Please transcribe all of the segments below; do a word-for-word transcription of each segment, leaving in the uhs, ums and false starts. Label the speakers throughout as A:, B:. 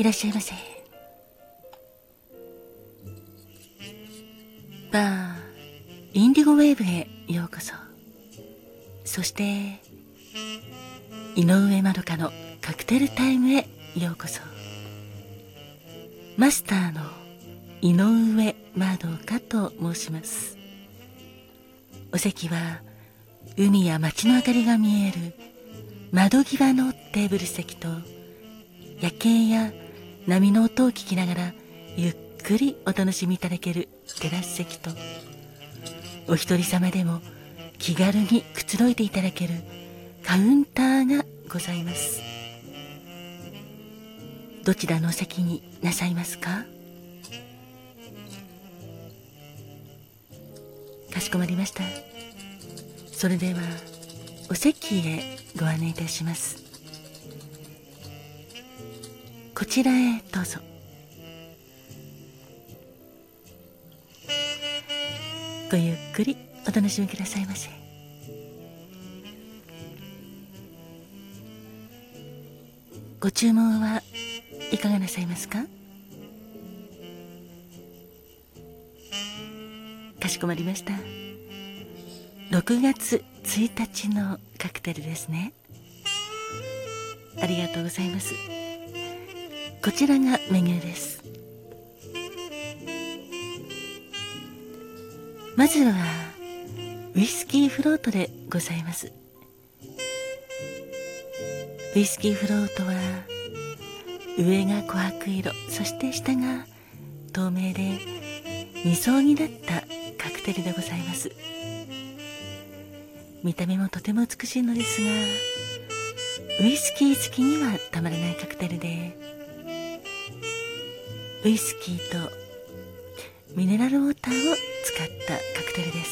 A: いらっしゃいませ。バーインディゴウェーブへようこそ。そして井上まどかのカクテルタイムへようこそ。マスターの井上まどかと申します。お席は海や街の明かりが見える窓際のテーブル席と、夜景や波の音を聞きながらゆっくりお楽しみいただけるテラス席と、お一人様でも気軽にくつろいでいただけるカウンターがございます。どちらのお席になさいますか？かしこまりました。それではお席へご案内いたします。こちらへどうぞ。ごゆっくりお楽しみくださいませ。ご注文はいかがなさいますか？かしこまりました。ろくがつついたちのカクテルですね。ありがとうございます。こちらがメニューです。まずはウイスキーフロートでございます。ウイスキーフロートは上が琥珀色、そして下が透明でに層になったカクテルでございます。見た目もとても美しいのですが、ウイスキー好きにはたまらないカクテルで、ウイスキーとミネラルウォーターを使ったカクテルです。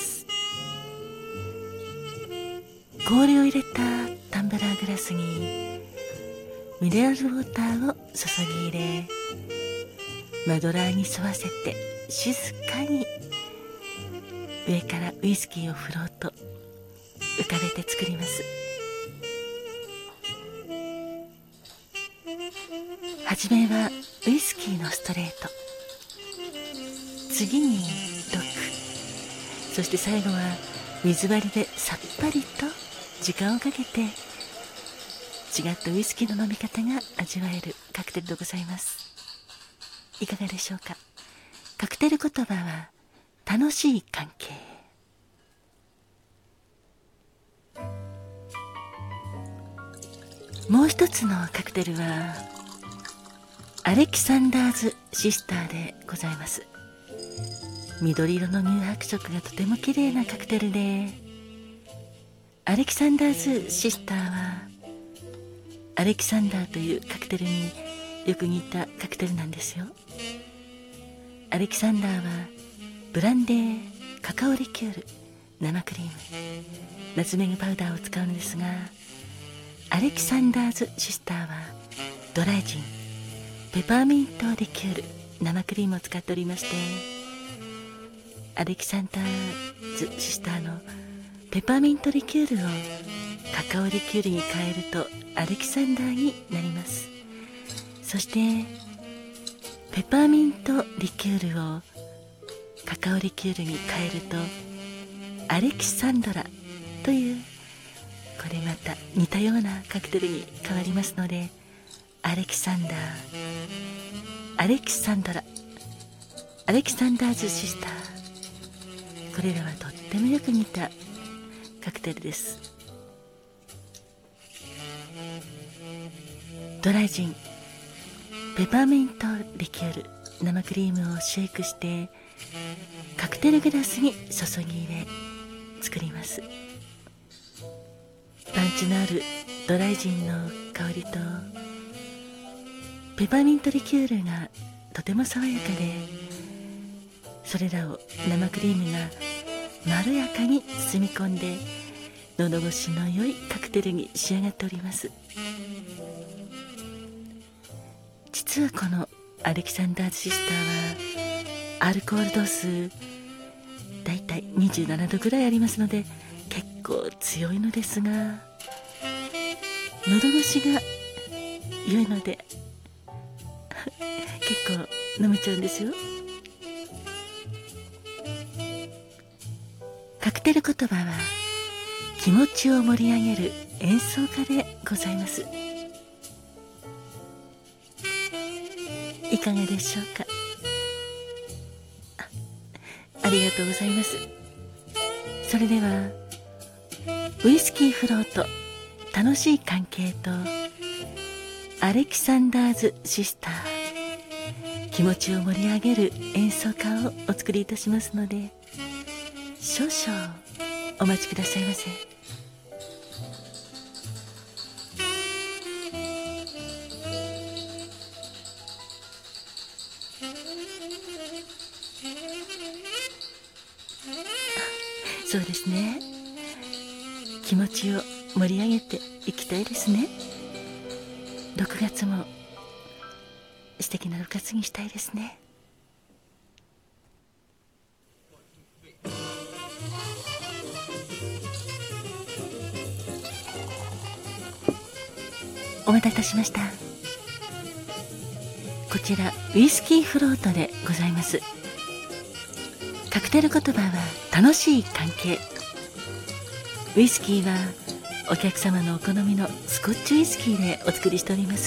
A: 氷を入れたタンブラーグラスにミネラルウォーターを注ぎ入れ、マドラーに沿わせて静かに上からウイスキーを振ろうと浮かべて作ります。はじめはウイスキーのストレート、次にロック、そして最後は水割りでさっぱりと時間をかけて違ったウイスキーの飲み方が味わえるカクテルでございます。いかがでしょうか？カクテル言葉は楽しい関係。もう一つのカクテルはアレキサンダーズシスターでございます。緑色の乳白色がとても綺麗なカクテルで、アレキサンダーズシスターはアレキサンダーというカクテルによく似たカクテルなんですよ。アレキサンダーはブランデー、カカオリキュール、生クリーム、ナツメグパウダーを使うのですが、アレキサンダーズシスターはドライジン、ペパーミントリキュール、生クリームを使っておりまして、アレキサンダーズシスターのペパーミントリキュールをカカオリキュールに変えるとアレキサンダーになります。そしてペパーミントリキュールをカカオリキュールに変えるとアレキサンドラという、これまた似たようなカクテルに変わりますので、アレキサンダー、アレキサンドラ、アレキサンダーズシスター、これらはとってもよく似たカクテルです。ドライジン、ペパーミントリキュール、生クリームをシェイクしてカクテルグラスに注ぎ入れ作ります。パンチのあるドライジンの香りとペパーミントリキュールがとても爽やかで、それらを生クリームがまろやかに包み込んで喉越しの良いカクテルに仕上がっております。実はこのアレキサンダーズシスターはアルコール度数だいたいにじゅうななどぐらいありますので、結構強いのですが、喉越しが良いので結構飲めちゃうんですよ。カクテル言葉は気持ちを盛り上げる演奏家でございます。いかがでしょうか。 あ, ありがとうございます。それではウイスキーフロート楽しい関係とアレキサンダーズシスター気持ちを盛り上げる演奏家をお作りいたしますので、少々お待ちくださいませ。そうですね、気持ちを盛り上げていきたいですね。ろくがつも素敵なろくがつにしたいですね。お待たせいたしました。こちらウイスキーフロートでございます。カクテル言葉は楽しい関係。ウイスキーはお客様のお好みのスコッチウイスキーでお作りしております。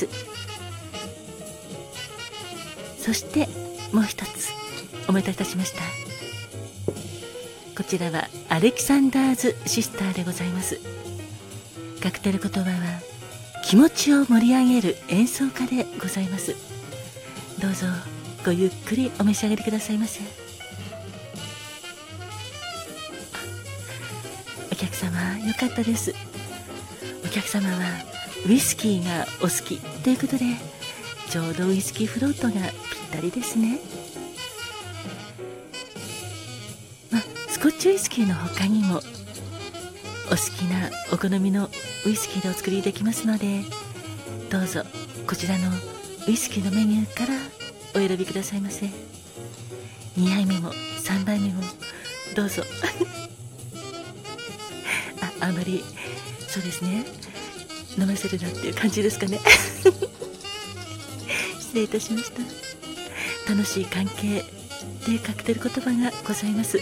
A: そしてもう一つお待たせいたしました。こちらはアレキサンダーズシスターでございます。カクテル言葉は気持ちを盛り上げる演奏家でございます。どうぞごゆっくりお召し上がりくださいませ。お客様よかったです。お客様はウイスキーがお好きということで、ちょうどウイスキーフロートがぴったりですね。まあ、スコッチウイスキーの他にもお好きなお好みのウイスキーでお作りできますので、どうぞこちらのウイスキーのメニューからお選びくださいませ。にはいめもさんばいめもどうぞあ, あんまりそうですね、飲ませるなっていう感じですかね失礼いたしました。楽しい関係でカクテル言葉がございます。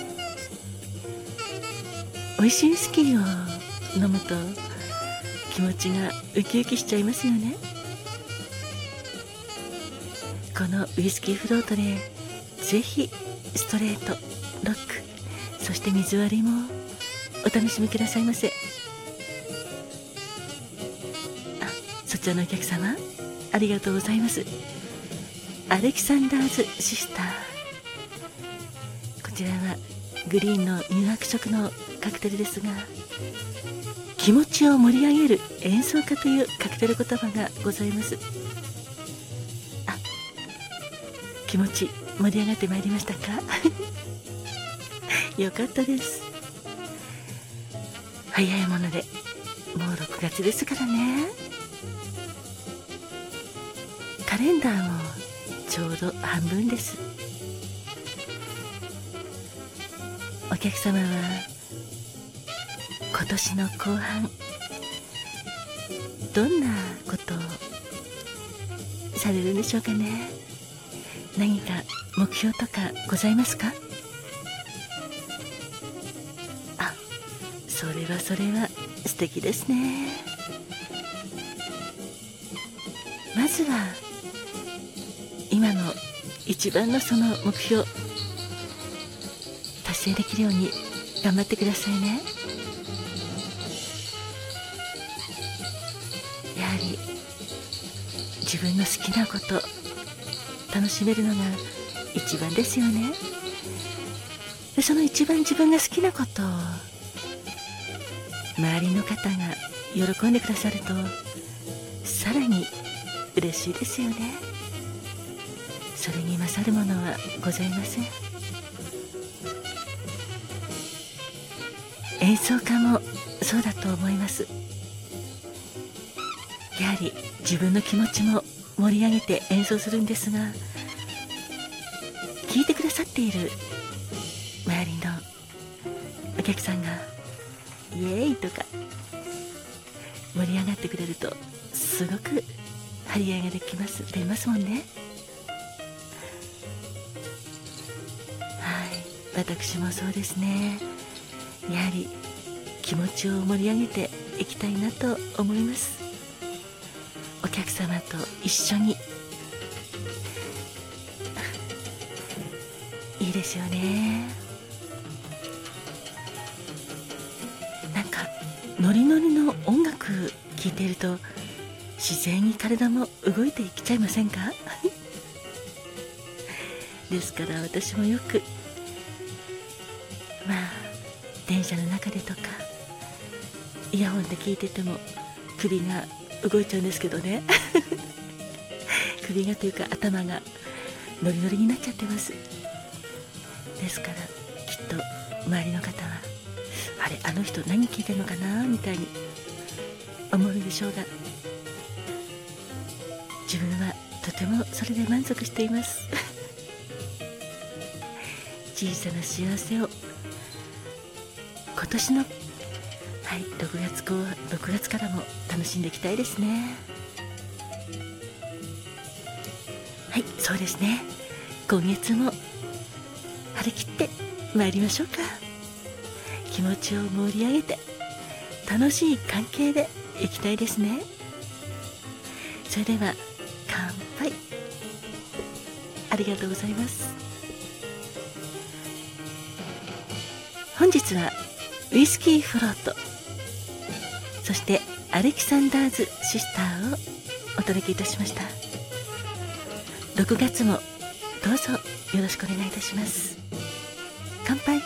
A: 美味しいウイスキーを飲むと気持ちがウキウキしちゃいますよね。このウイスキーフロートでぜひストレート、ロック、そして水割りもお楽しみくださいませ。あ、そちらのお客様ありがとうございます。アレキサンダーズシスター、こちらはグリーンの乳白色のカクテルですが、気持ちを盛り上げる演奏家というカクテル言葉がございます。あ、気持ち盛り上がってまいりましたかよかったです。早いものでもうろくがつですからね。カレンダーもちょうど半分です。お客様は今年の後半どんなことをされるんでしょうかね。何か目標とかございますか。あ、それはそれは素敵ですね。まずは今の一番のその目標達成できるように頑張ってくださいね。やはり自分の好きなこと楽しめるのが一番ですよね。でその一番自分が好きなことを周りの方が喜んでくださるとさらに嬉しいですよね。それに勝るものはございません。演奏家もそうだと思います。やはり自分の気持ちも盛り上げて演奏するんですが、聴いてくださっている周りのお客さんがイエーイとか盛り上がってくれるとすごく張り合いができます出ますもんね。はい、私もそうですね。やはり気持ちを盛り上げていきたいなと思います。お客様と一緒にいいですよね。なんかノリノリの音楽聴いていると自然に体も動いてきちゃいませんかですから私もよくまあ電車の中でとかイヤホンで聞いてても首が動いちゃうんですけどね首がというか頭がノリノリになっちゃってます。ですからきっと周りの方はあれあの人何聞いてるのかなみたいに思うでしょうが、自分はとてもそれで満足しています小さな幸せを今年のはいろくがつこうろくがつからも楽しんでいきたいですね。はい、そうですね。今月も張り切って参りましょうか。気持ちを盛り上げて楽しい関係でいきたいですね。それでは乾杯。ありがとうございます。本日はウイスキーフロート、そしてアレキサンダーズシスターをお届けいたしました。ろくがつもどうぞよろしくお願いいたします。乾杯。